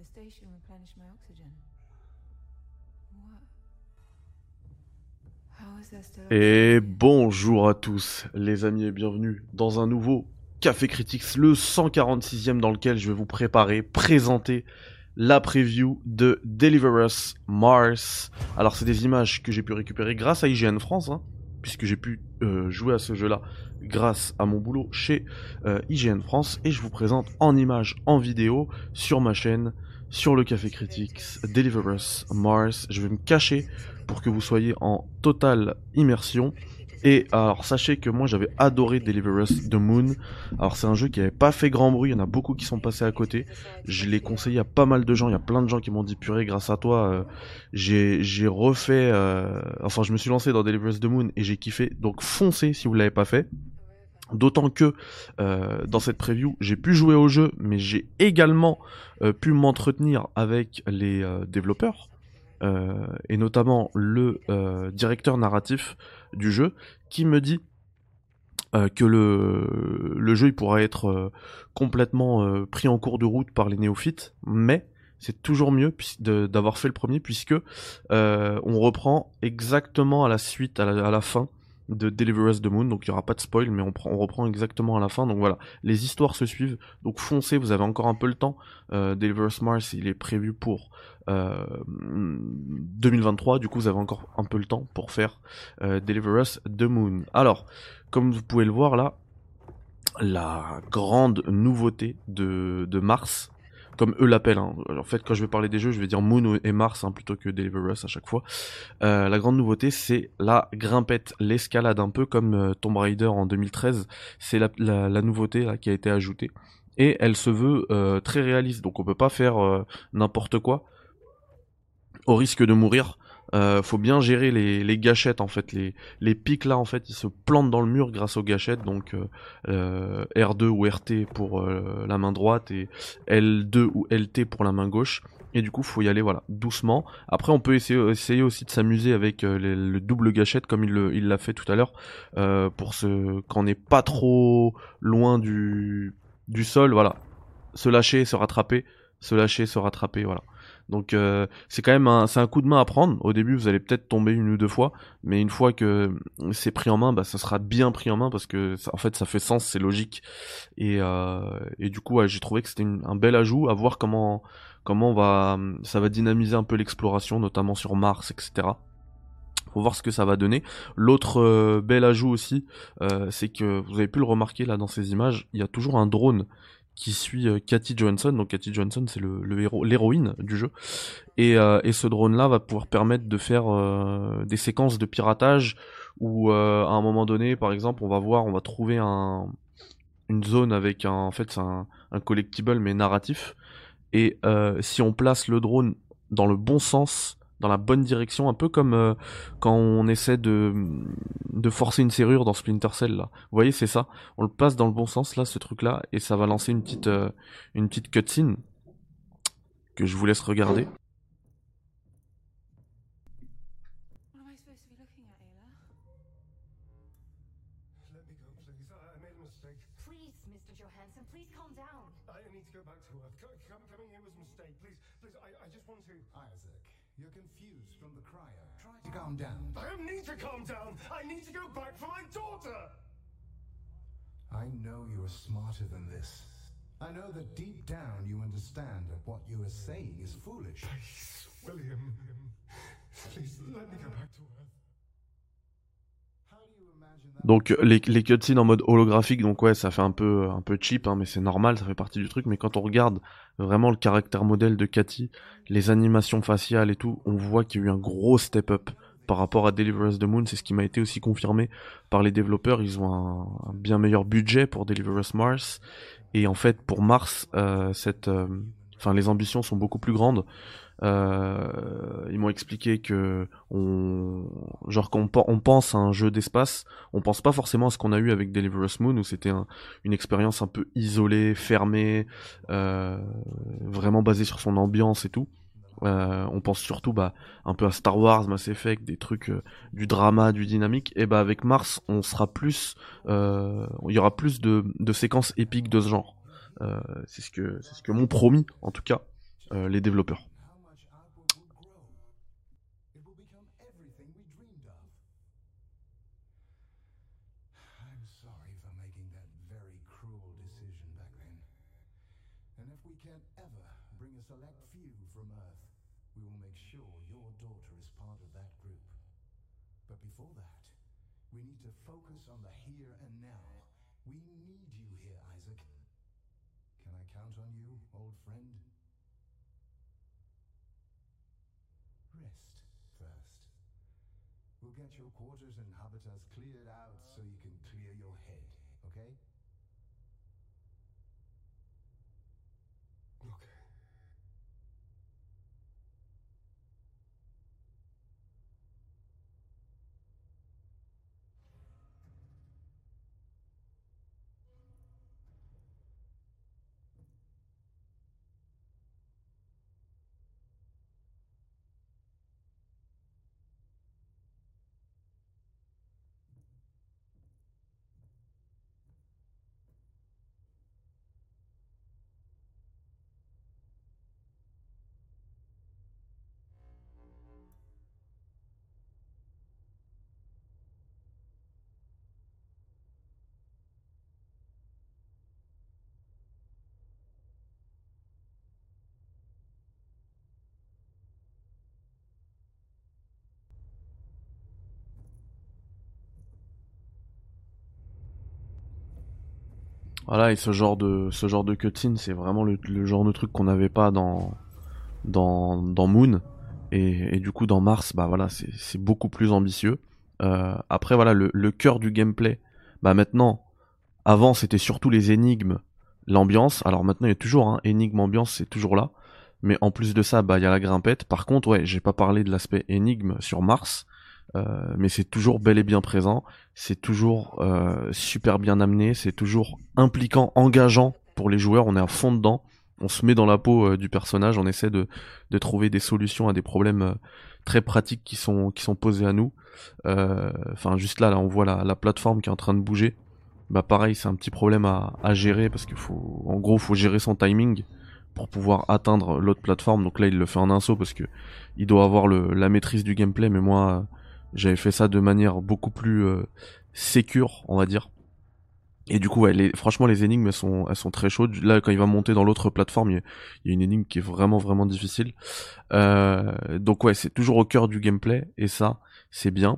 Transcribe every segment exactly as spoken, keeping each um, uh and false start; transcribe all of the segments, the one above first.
the station replenish my oxygen? What? How is there still Et oxygen? bonjour à tous les amis et bienvenue dans un nouveau Café Critics, le cent quarante-sixième dans lequel je vais vous préparer, présenter la preview de Deliver Us Mars. Alors c'est des images que j'ai pu récupérer grâce à I G N France, hein, puisque j'ai pu euh, jouer à ce jeu-là grâce à mon boulot chez euh, I G N France, et je vous présente en images, en vidéo, sur ma chaîne, sur le Café Critics, Deliver Us Mars. Je vais me cacher pour que vous soyez en totale immersion. Et alors sachez que moi j'avais adoré Deliver Us The Moon. Alors c'est un jeu qui avait pas fait grand bruit, il y en a beaucoup qui sont passés à côté. Je l'ai conseillé à pas mal de gens, il y a plein de gens qui m'ont dit purée, grâce à toi euh, j'ai j'ai refait euh... enfin je me suis lancé dans Deliver Us The Moon et j'ai kiffé. Donc foncez si vous l'avez pas fait. D'autant que euh, dans cette preview, j'ai pu jouer au jeu, mais j'ai également euh, pu m'entretenir avec les euh, développeurs, euh, et notamment le euh, directeur narratif du jeu, qui me dit euh, que le, le jeu il pourra être euh, complètement euh, pris en cours de route par les néophytes, mais c'est toujours mieux de, d'avoir fait le premier, puisque euh, on reprend exactement à la suite, à la, à la fin, de Deliver Us The Moon, donc il n'y aura pas de spoil, mais on, prend, on reprend exactement à la fin, donc voilà, les histoires se suivent, donc foncez, vous avez encore un peu le temps. euh, Deliver Us Mars, il est prévu pour euh, deux mille vingt-trois, du coup vous avez encore un peu le temps pour faire euh, Deliver Us The Moon. Alors, comme vous pouvez le voir là, la grande nouveauté de, de Mars, comme eux l'appellent, hein. En fait quand je vais parler des jeux je vais dire Moon et Mars, hein, plutôt que Deliver Us à chaque fois. Euh, la grande nouveauté, c'est la grimpette, l'escalade, un peu comme euh, Tomb Raider en deux mille treize. C'est la, la, la nouveauté là, qui a été ajoutée. Et elle se veut euh, très réaliste, donc on peut pas faire euh, n'importe quoi, au risque de mourir. Euh, faut bien gérer les, les gâchettes en fait, les, les pics là en fait ils se plantent dans le mur grâce aux gâchettes, donc euh, euh, R deux ou R T pour euh, la main droite et L deux ou L T pour la main gauche, et du coup faut y aller voilà doucement. Après on peut essayer, essayer aussi de s'amuser avec euh, les, le double gâchette comme il, le, il l'a fait tout à l'heure, euh, pour ce quand on n'est pas trop loin du, du sol, voilà, se lâcher, se rattraper, se lâcher, se rattraper, voilà. Donc euh, c'est quand même un, c'est un coup de main à prendre. Au début, vous allez peut-être tomber une ou deux fois, mais une fois que c'est pris en main, bah ça sera bien pris en main, parce que ça, en fait ça fait sens, c'est logique. Et, euh, et du coup, ouais, j'ai trouvé que c'était une, un bel ajout. À voir comment comment on va ça va dynamiser un peu l'exploration, notamment sur Mars, et cetera. Faut voir ce que ça va donner. L'autre euh, bel ajout aussi, euh, c'est que vous avez pu le remarquer là dans ces images, il y a toujours un drone qui suit euh, Katie Johnson. Donc Katie Johnson, c'est le, le héros, l'héroïne du jeu. Et, euh, et ce drone-là va pouvoir permettre de faire euh, des séquences de piratage où, euh, à un moment donné, par exemple, on va voir, on va trouver un, une zone avec un, en fait, c'est un, un collectible mais narratif. Et euh, si on place le drone dans le bon sens, dans la bonne direction, un peu comme euh, quand on essaie de, de forcer une serrure dans Splinter Cell là. Vous voyez, c'est ça. On le place dans le bon sens là, ce truc là, et ça va lancer une petite, euh, une petite cutscene que je vous laisse regarder. What am I supposed to be looking at, Ayla? Let me go, please. I, I made a mistake. Please, Mister Johansson, please calm down. I need to go back to Earth. Co- come, coming here was a mistake. Please, please, I, I just want to... Isaac, you're confused from the cryo. Try to calm down. I don't need to calm down. I need to go back for my daughter. I know you're smarter than this. I know that deep down you understand that what you are saying is foolish. Please, William. Please, let me go back to Earth. How do you imagine that? Donc les, les cutscenes en mode holographique, donc ouais, ça fait un peu un peu cheap, hein, mais c'est normal, ça fait partie du truc. Mais quand on regarde vraiment le caractère modèle de Cathy, les animations faciales et tout, on voit qu'il y a eu un gros step up par rapport à Deliver Us The Moon. C'est ce qui m'a été aussi confirmé par les développeurs. Ils ont un, un bien meilleur budget pour Deliver Us Mars, et en fait pour Mars, euh, cette, euh, enfin les ambitions sont beaucoup plus grandes. Euh, ils m'ont expliqué que on, genre quand on, on pense à un jeu d'espace, on pense pas forcément à ce qu'on a eu avec Deliver Us Moon, où c'était un, une expérience un peu isolée, fermée, euh, vraiment basée sur son ambiance et tout. Euh, on pense surtout bah un peu à Star Wars, Mass Effect, des trucs, euh, du drama, du dynamique. Et bah avec Mars, on sera plus, euh, il y aura plus de, de séquences épiques de ce genre. Euh, c'est ce que c'est ce que m'ont promis en tout cas euh, les développeurs. how much output would grow. It will become everything we dreamed of. I'm sorry for making that very cruel decision back then. And if we can ever bring a select few from Earth, we will make sure your daughter is part of that group. But before that, we need to focus on the here and now. We need you here, Isaac. Can I count on you, old friend? Rest first. We'll get your quarters and habitats cleared out so you can clear your head, okay? Okay. Voilà, et ce genre de ce genre de cutscene, c'est vraiment le, le genre de truc qu'on n'avait pas dans dans dans Moon, et, et du coup dans Mars, bah voilà, c'est c'est beaucoup plus ambitieux. Euh, après voilà, le, le cœur du gameplay, bah maintenant, avant c'était surtout les énigmes, l'ambiance. Alors maintenant il y a toujours hein, énigme, ambiance, c'est toujours là. Mais en plus de ça, bah il y a la grimpette. Par contre, ouais, j'ai pas parlé de l'aspect énigme sur Mars. Euh, mais c'est toujours bel et bien présent, c'est toujours euh, super bien amené, c'est toujours impliquant, engageant pour les joueurs, on est à fond dedans, on se met dans la peau euh, du personnage, on essaie de, de trouver des solutions à des problèmes euh, très pratiques qui sont, qui sont posés à nous. Euh, Enfin juste là, là on voit la, la plateforme qui est en train de bouger, bah pareil c'est un petit problème à, à gérer parce qu'il faut, en gros faut gérer son timing pour pouvoir atteindre l'autre plateforme, donc là il le fait en un saut parce que il doit avoir le, la maîtrise du gameplay, mais moi j'avais fait ça de manière beaucoup plus euh, sécure, on va dire. Et du coup, ouais, les, franchement, les énigmes, elles sont, elles sont très chaudes. Là, quand il va monter dans l'autre plateforme, il y, a, il y a une énigme qui est vraiment, vraiment difficile. Euh, donc ouais, c'est toujours au cœur du gameplay, et ça, c'est bien.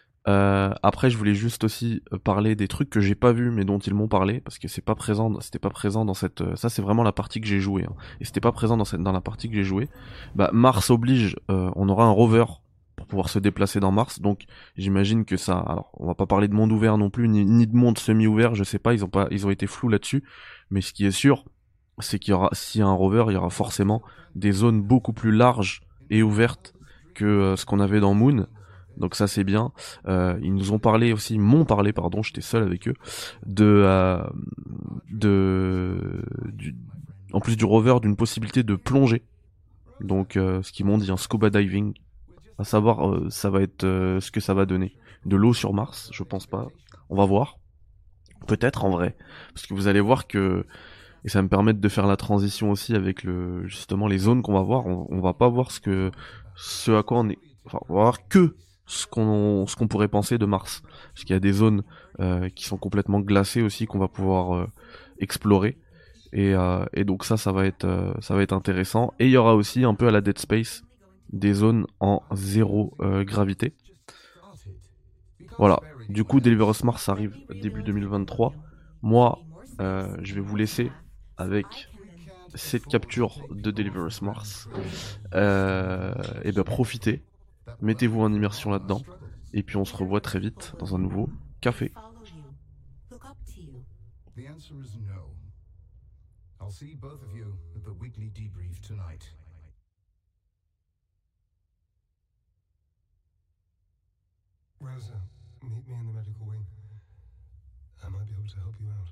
Euh, après, je voulais juste aussi parler des trucs que j'ai pas vus, mais dont ils m'ont parlé, parce que c'est pas présent, c'était pas présent dans cette. Ça, c'est vraiment la partie que j'ai jouée, hein, et c'était pas présent dans cette, dans la partie que j'ai jouée. Bah, Mars oblige, euh, on aura un rover pour pouvoir se déplacer dans Mars, donc j'imagine que ça. Alors, on va pas parler de monde ouvert non plus, ni, ni de monde semi-ouvert, je sais pas, ils ont pas, ils ont été flous là-dessus, mais ce qui est sûr, c'est qu'il y aura, s'il y a un rover, il y aura forcément des zones beaucoup plus larges et ouvertes que euh, ce qu'on avait dans Moon. Donc ça c'est bien. Euh, ils nous ont parlé aussi, ils m'ont parlé, pardon, j'étais seul avec eux, de, euh, de, du, en plus du rover, d'une possibilité de plonger. Donc euh, ce qu'ils m'ont dit, un scuba diving. À savoir, euh, ça va être euh, ce que ça va donner. De l'eau sur Mars, je pense pas. On va voir. Peut-être en vrai, parce que vous allez voir que, et ça va me permettre de faire la transition aussi avec le, justement les zones qu'on va voir. On, on va pas voir ce que, ce à quoi on est, enfin, on va voir que ce qu'on ce qu'on pourrait penser de Mars, parce qu'il y a des zones euh, qui sont complètement glacées aussi qu'on va pouvoir euh, explorer, et, euh, et donc ça ça va être euh, ça va être intéressant. Et il y aura aussi un peu à la Dead Space des zones en zéro euh, gravité. Voilà, du coup Deliver Us Mars arrive début deux mille vingt-trois. Moi euh, je vais vous laisser avec cette capture de Deliver Us Mars. Euh, et ben profitez, mettez-vous en immersion là-dedans, et puis on se revoit très vite dans un nouveau café. The answer is no. I'll see both of you at the weekly debrief tonight. Rosa, meet me in the medical wing. I might be able to help you out.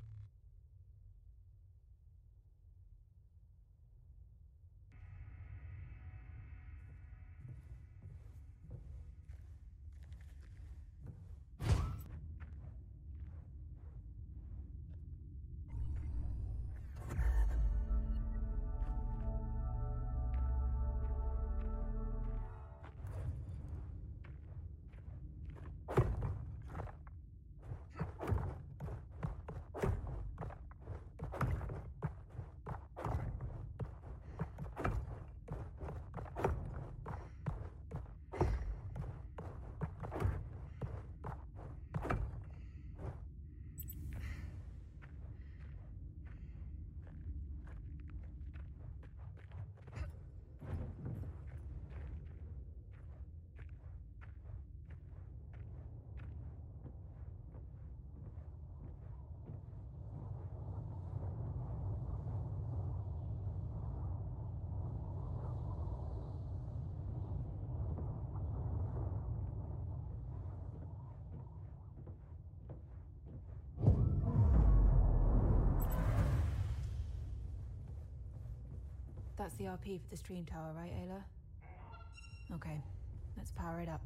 That's the R P for the stream tower, right, Ayla? Okay, let's power it up.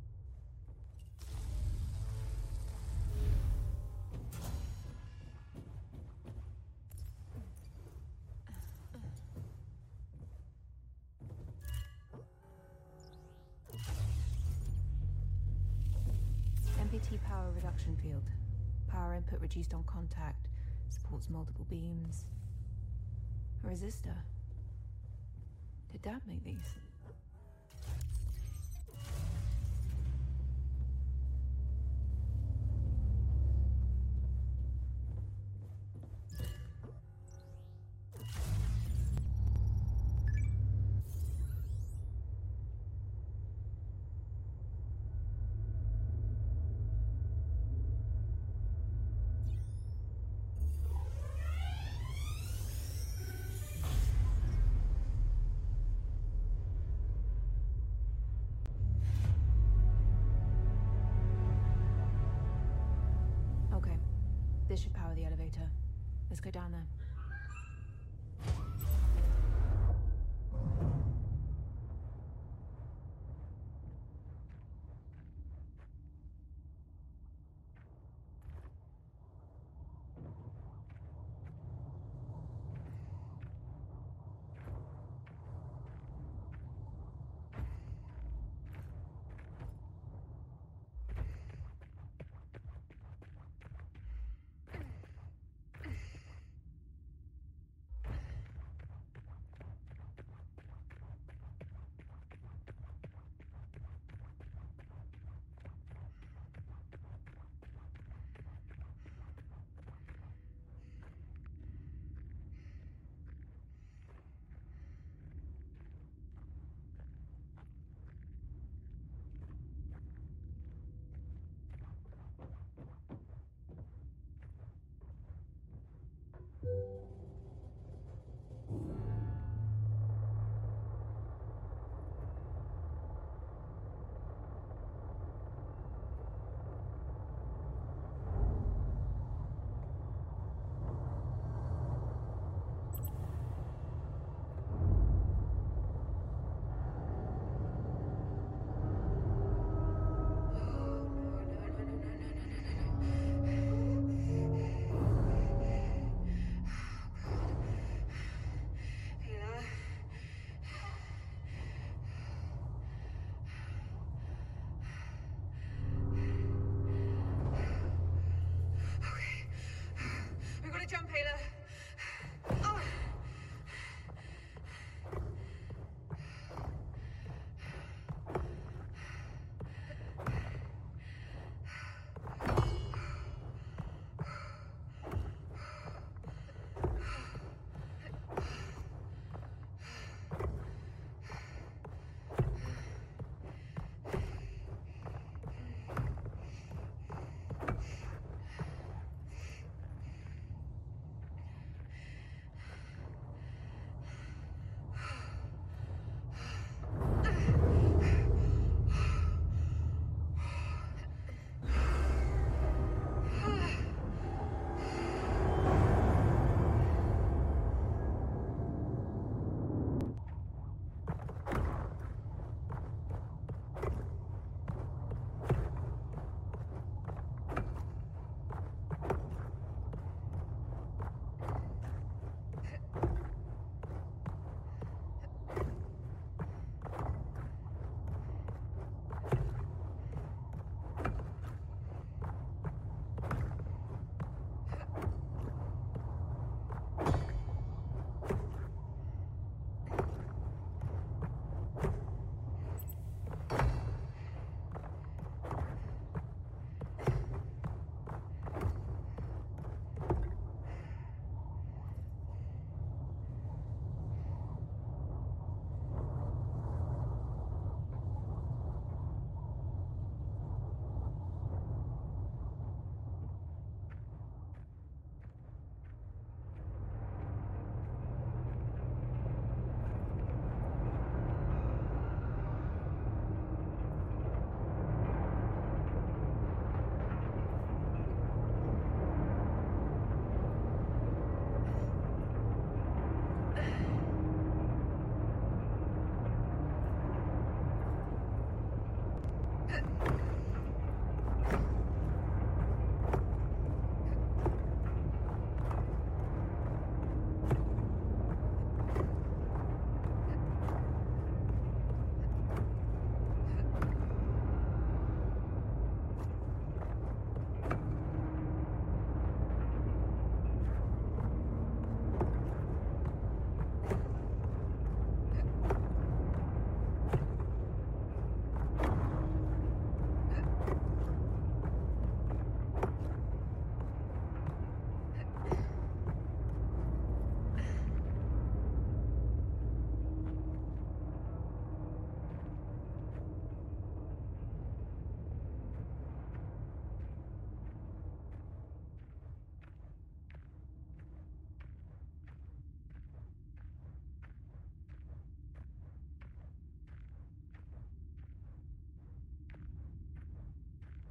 M P T power reduction field. Power input reduced on contact. Supports multiple beams. A resistor. Did Dad make these? Okay. This should power the elevator. Let's go down there.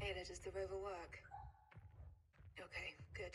Taylor, does the rover work? Okay, good.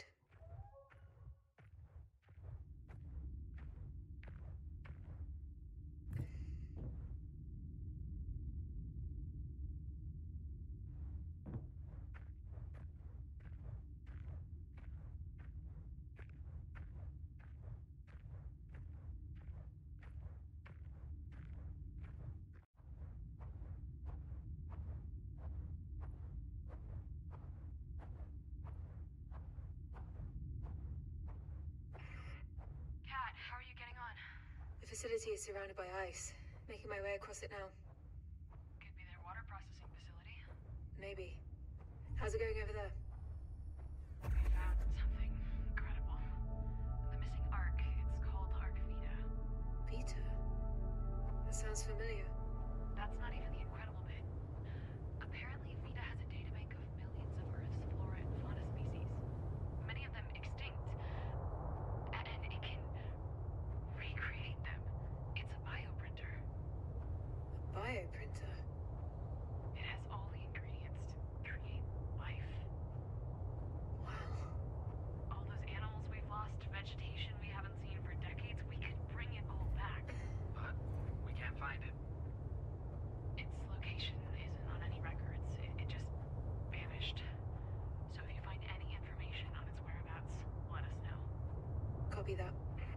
How are you getting on? The facility is surrounded by ice. Making my way across it now. Could be their water processing facility. Maybe. How's it going over there? We found something incredible. The missing Ark. It's called Ark Vita. Vita? That sounds familiar. That's not even the incredible bit. Apparently, Vita has a databank of millions of Earth's flora and fauna species. Many of them extinct. And it can recreate them. It's a bioprinter. A bioprinter? It has all the ingredients to create life. Wow. All those animals we've lost, vegetation we haven't seen for decades, we could bring it all back. But we can't find it. Its location isn't on any records. It, it just vanished. So if you find any information on its whereabouts, let us know. Copy that.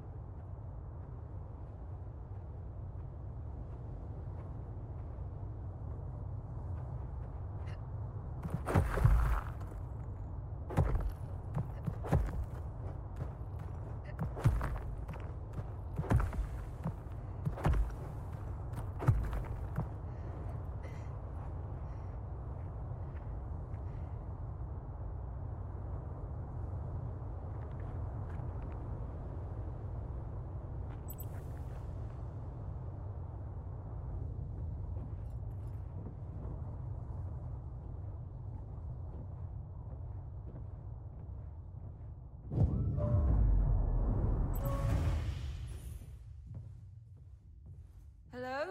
Hello?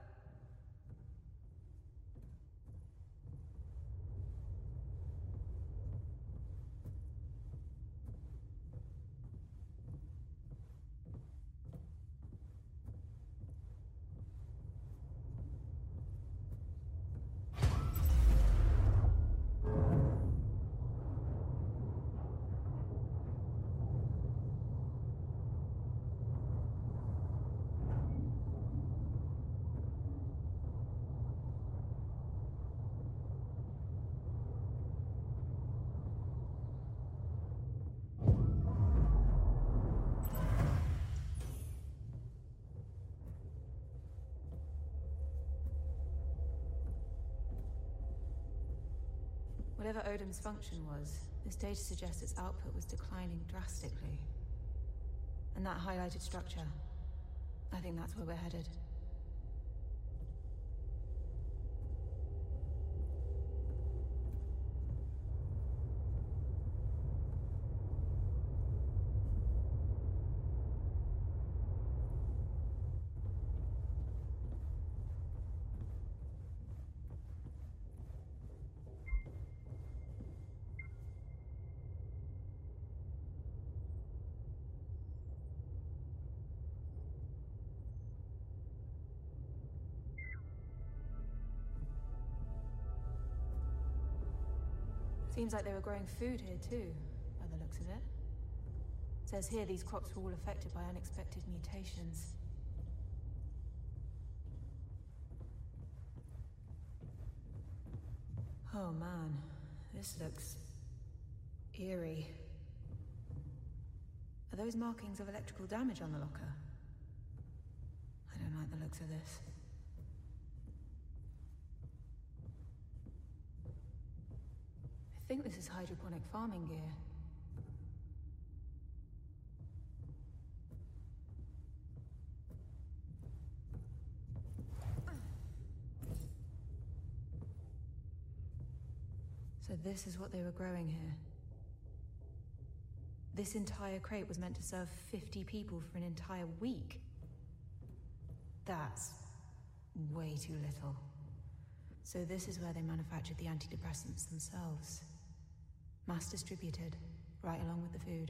Whatever Odom's function was, this data suggests its output was declining drastically. And that highlighted structure, I think that's where we're headed. Seems like they were growing food here too, by the looks of it. It says here these crops were all affected by unexpected mutations. Oh man, this looks eerie. Are those markings of electrical damage on the locker? I don't like the looks of this. I think this is hydroponic farming gear. So this is what they were growing here. This entire crate was meant to serve fifty people for an entire week. That's way too little. So this is where they manufactured the antidepressants themselves. Mass distributed, right along with the food.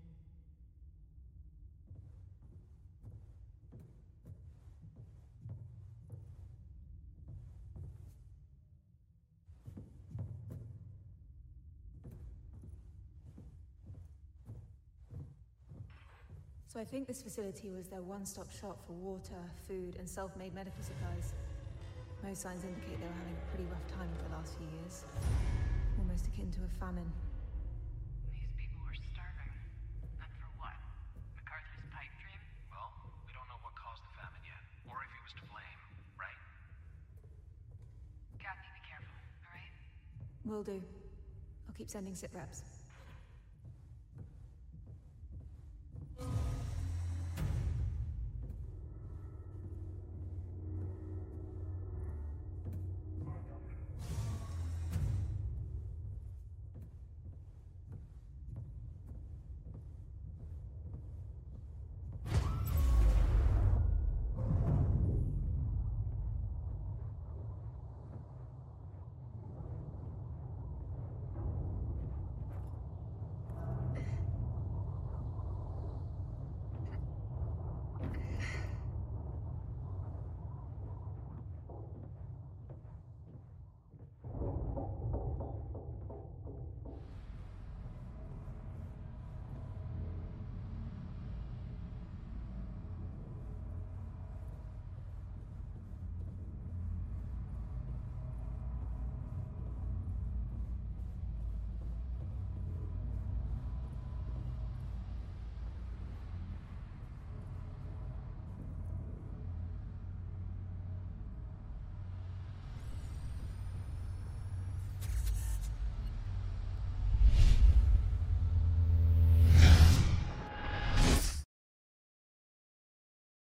So I think this facility was their one-stop shop for water, food, and self-made medical supplies. Most signs indicate they were having a pretty rough time for the last few years. Almost akin to a famine. These people were starving. And for what? MacArthur's pipe dream? Well, we don't know what caused the famine yet, or if he was to blame, right? Kathy, be careful, alright? Will do. I'll keep sending sit reps.